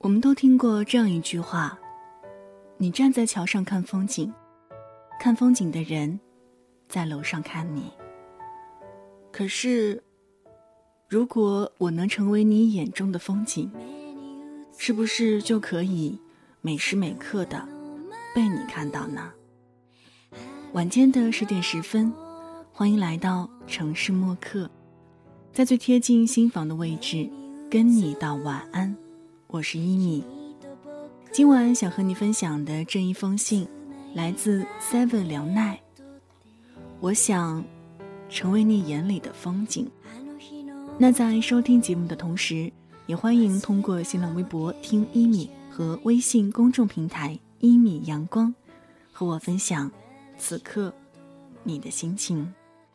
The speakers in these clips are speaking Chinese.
我们都听过这样一句话，你站在桥上看风景，看风景的人在楼上看你。可是如果我能成为你眼中的风景，是不是就可以每时每刻的被你看到呢？晚间的10点10分，欢迎来到城市默客，在最贴近心房的位置跟你道晚安。我是一米。今晚想和你分享的这一封信来自 Seven 梁奈。我想成为你眼里的风景。那在收听节目的同时，也欢迎通过新浪微博听一米和微信公众平台一米阳光和我分享此刻你的心情。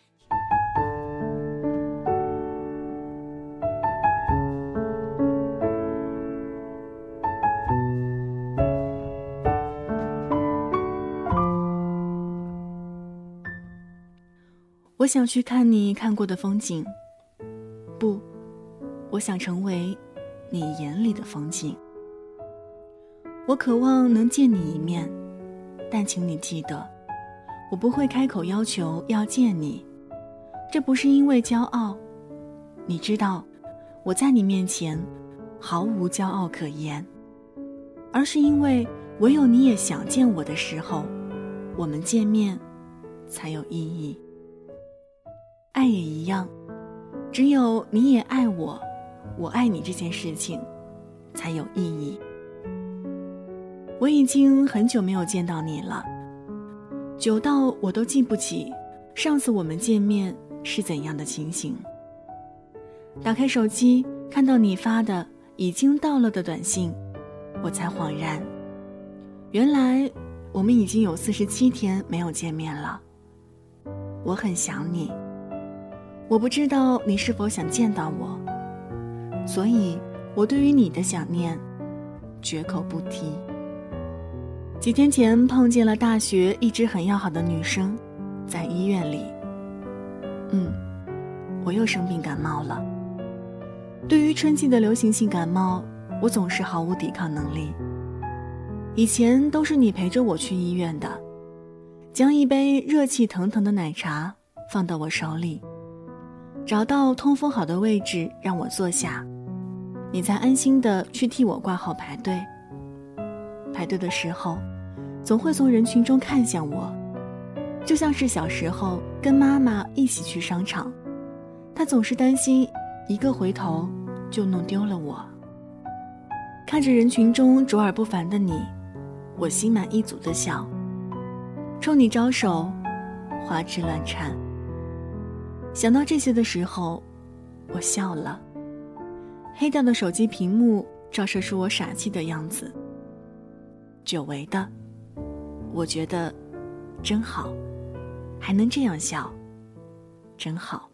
我想去看你看过的风景，不，我想成为你眼里的风景。我渴望能见你一面，但请你记得，我不会开口要求要见你，这不是因为骄傲，你知道我在你面前毫无骄傲可言，而是因为唯有你也想见我的时候，我们见面才有意义。爱也一样，只有你也爱我，我爱你这件事情才有意义。我已经很久没有见到你了，久到我都记不起上次我们见面是怎样的情形。打开手机，看到你发的已经到了的短信，我才恍然，原来我们已经有47天没有见面了。我很想你，我不知道你是否想见到我，所以我对于你的想念绝口不提。几天前碰见了大学一直很要好的女生，在医院里。我又生病感冒了。对于春季的流行性感冒，我总是毫无抵抗能力。以前都是你陪着我去医院的，将一杯热气腾腾的奶茶放到我手里，找到通风好的位置让我坐下，你才安心地去替我挂号排队。排队的时候，总会从人群中看向我，就像是小时候跟妈妈一起去商场，她总是担心一个回头就弄丢了我。看着人群中卓尔不凡的你，我心满意足地笑，冲你招手，花枝乱颤。想到这些的时候，我笑了。黑掉的手机屏幕照射出我傻气的样子，久违的，我觉得真好，还能这样笑，真好。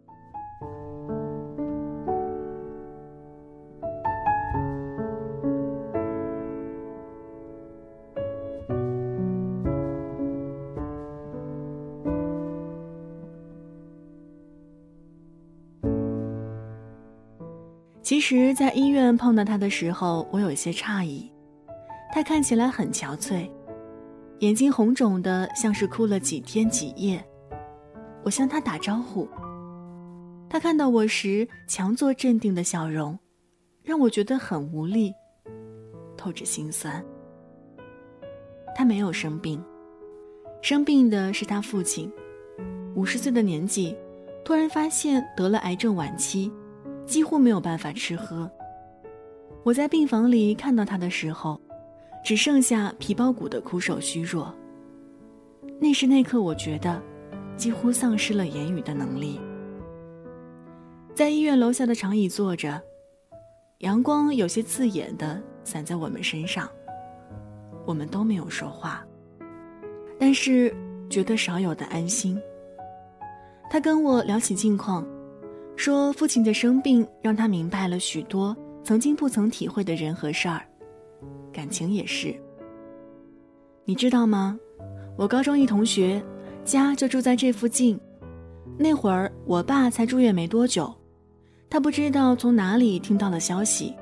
其实在医院碰到他的时候，我有一些诧异。他看起来很憔悴，眼睛红肿的像是哭了几天几夜。我向他打招呼，他看到我时强作镇定的笑容，让我觉得很无力，透着心酸。他没有生病，生病的是他父亲，50岁的年纪，突然发现得了癌症晚期，几乎没有办法吃喝。我在病房里看到他的时候，只剩下皮包骨的枯瘦虚弱。那时那刻，我觉得几乎丧失了言语的能力。在医院楼下的长椅坐着，阳光有些刺眼地洒在我们身上，我们都没有说话，但是觉得少有的安心。他跟我聊起近况，说父亲的生病让他明白了许多曾经不曾体会的人和事儿，感情也是。你知道吗？我高中一同学家就住在这附近，那会儿我爸才住院没多久，他不知道从哪里听到了消息，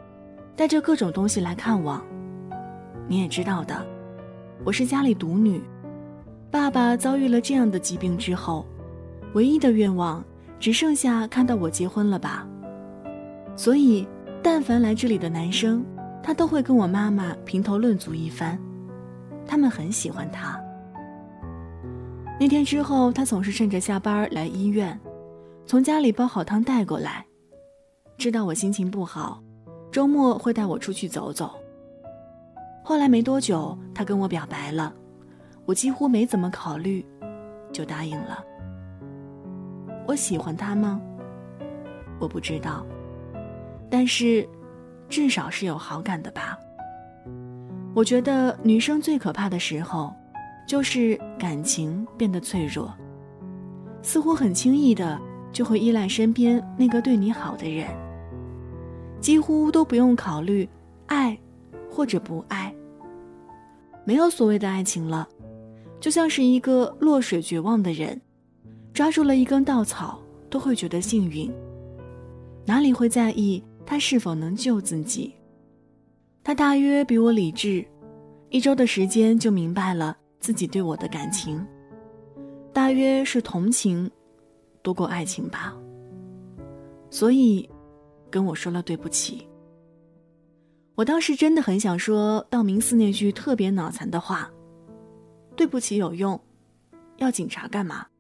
带着各种东西来看望。你也知道的，我是家里独女，爸爸遭遇了这样的疾病之后，唯一的愿望只剩下看到我结婚了吧。所以但凡来这里的男生，他都会跟我妈妈评头论足一番，他们很喜欢他。那天之后，他总是趁着下班来医院，从家里煲好汤带过来，知道我心情不好，周末会带我出去走走。后来没多久，他跟我表白了，我几乎没怎么考虑，就答应了。我喜欢他吗？我不知道，但是至少是有好感的吧。我觉得女生最可怕的时候，就是感情变得脆弱，似乎很轻易的就会依赖身边那个对你好的人，几乎都不用考虑爱或者不爱。没有所谓的爱情了，就像是一个落水绝望的人，抓住了一根稻草都会觉得幸运，哪里会在意他是否能救自己。他大约比我理智，1周的时间就明白了自己对我的感情，大约是同情多过爱情吧，所以跟我说了对不起。我当时真的很想说道明寺那句特别脑残的话，对不起有用，要警察干嘛？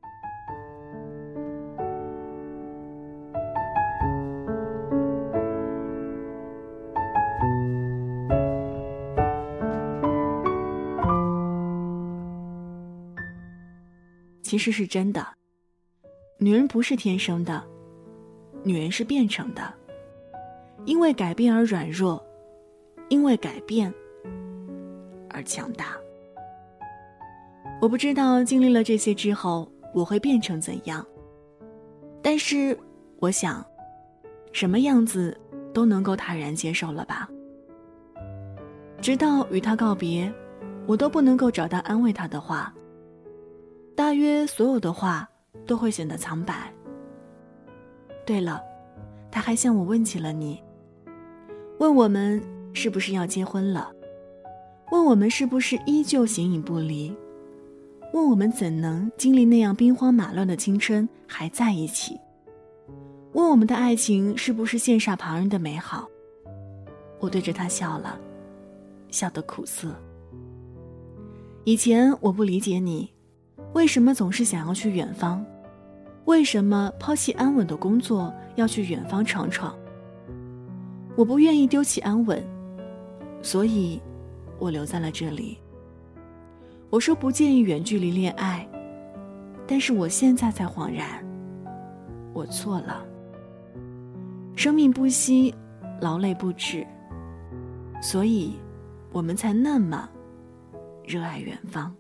其实是真的，女人不是天生的，女人是变成的，因为改变而软弱，因为改变而强大。我不知道经历了这些之后我会变成怎样，但是我想什么样子都能够坦然接受了吧。直到与他告别，我都不能够找到安慰他的话，大约所有的话都会显得苍白。对了，他还向我问起了你，问我们是不是要结婚了，问我们是不是依旧形影不离，问我们怎能经历那样兵荒马乱的青春还在一起，问我们的爱情是不是羡煞旁人的美好。我对着他笑了，笑得苦涩。以前我不理解你为什么总是想要去远方，为什么抛弃安稳的工作要去远方闯闯。我不愿意丢弃安稳，所以我留在了这里。我说不介意远距离恋爱，但是我现在才恍然，我错了。生命不息，劳累不止，所以我们才那么热爱远方。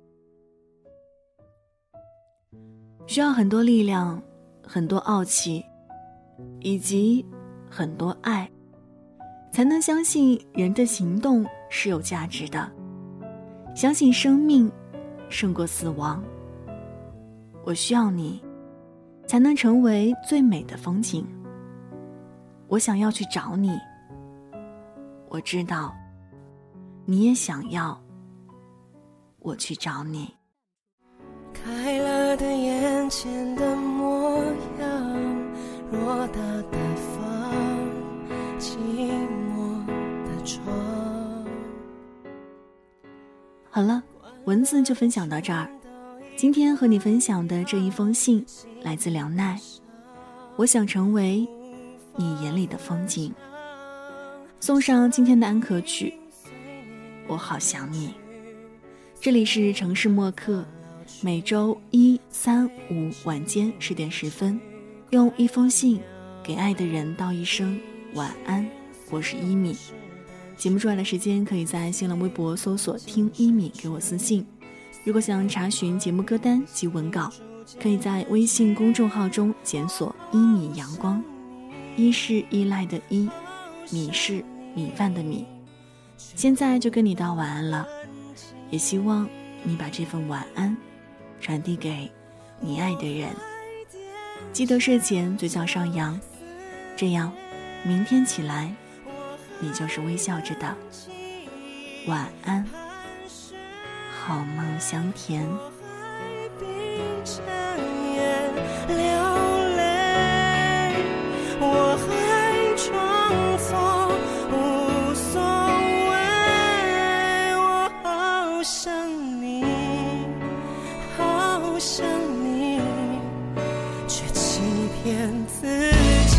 需要很多力量，很多傲气，以及很多爱，才能相信人的行动是有价值的，相信生命胜过死亡。我需要你，才能成为最美的风景。我想要去找你，我知道你也想要我去找你。 开了的眼前的模样，偌大的房，寂寞的床。 好了，文字就分享到这儿。今天和你分享的这一封信来自梁奈，我想成为你眼里的风景。送上今天的安可曲，我好想你。这里是城市默客，每周1、3、5晚间10点10分，用一封信给爱的人道一声晚安。我是一米。节目之外的时间，可以在新浪微博搜索听一米给我私信。如果想查询节目歌单及文稿，可以在微信公众号中检索一米阳光。一是依赖的依，米是米饭的米。现在就跟你道晚安了，也希望你把这份晚安传递给你爱的人。记得睡前嘴角上扬，这样明天起来你就是微笑着的。晚安，好梦香甜。 我还装作无所谓，我好想你，好想你，却欺骗自己。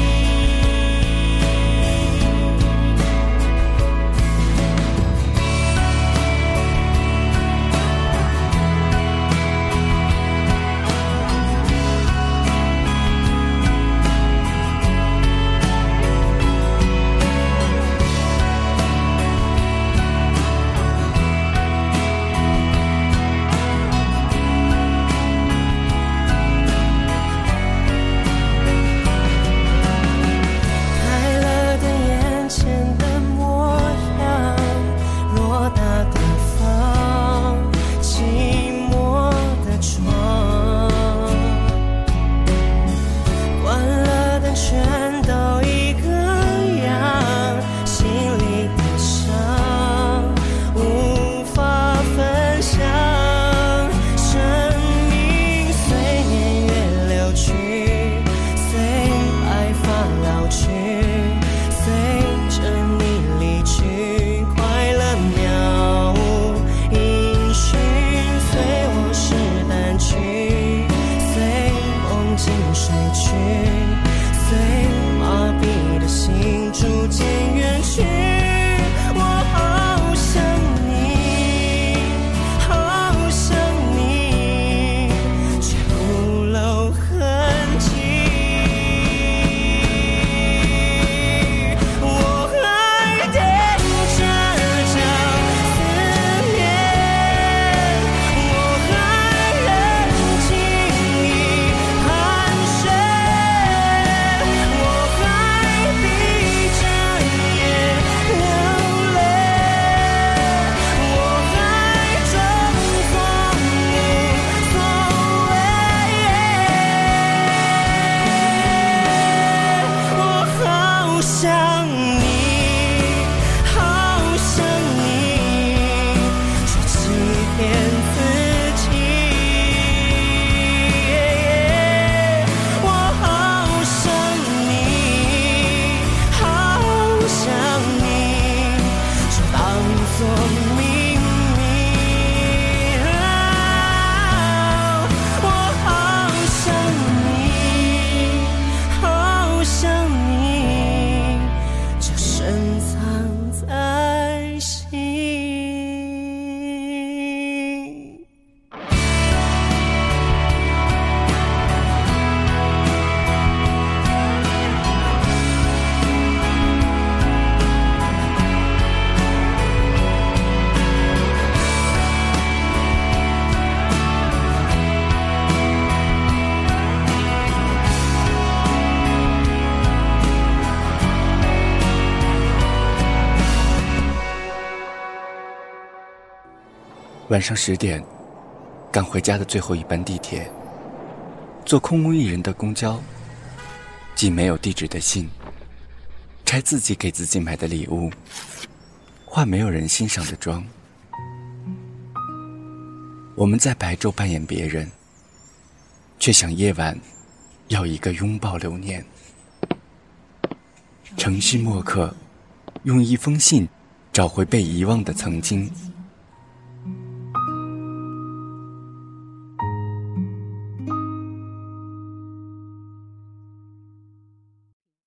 晚上10点，赶回家的最后一班地铁，坐空无一人的公交，寄没有地址的信，拆自己给自己买的礼物，化没有人欣赏的妆。我们在白昼扮演别人，却想夜晚要一个拥抱留念。城市墨客用一封信找回被遗忘的曾经。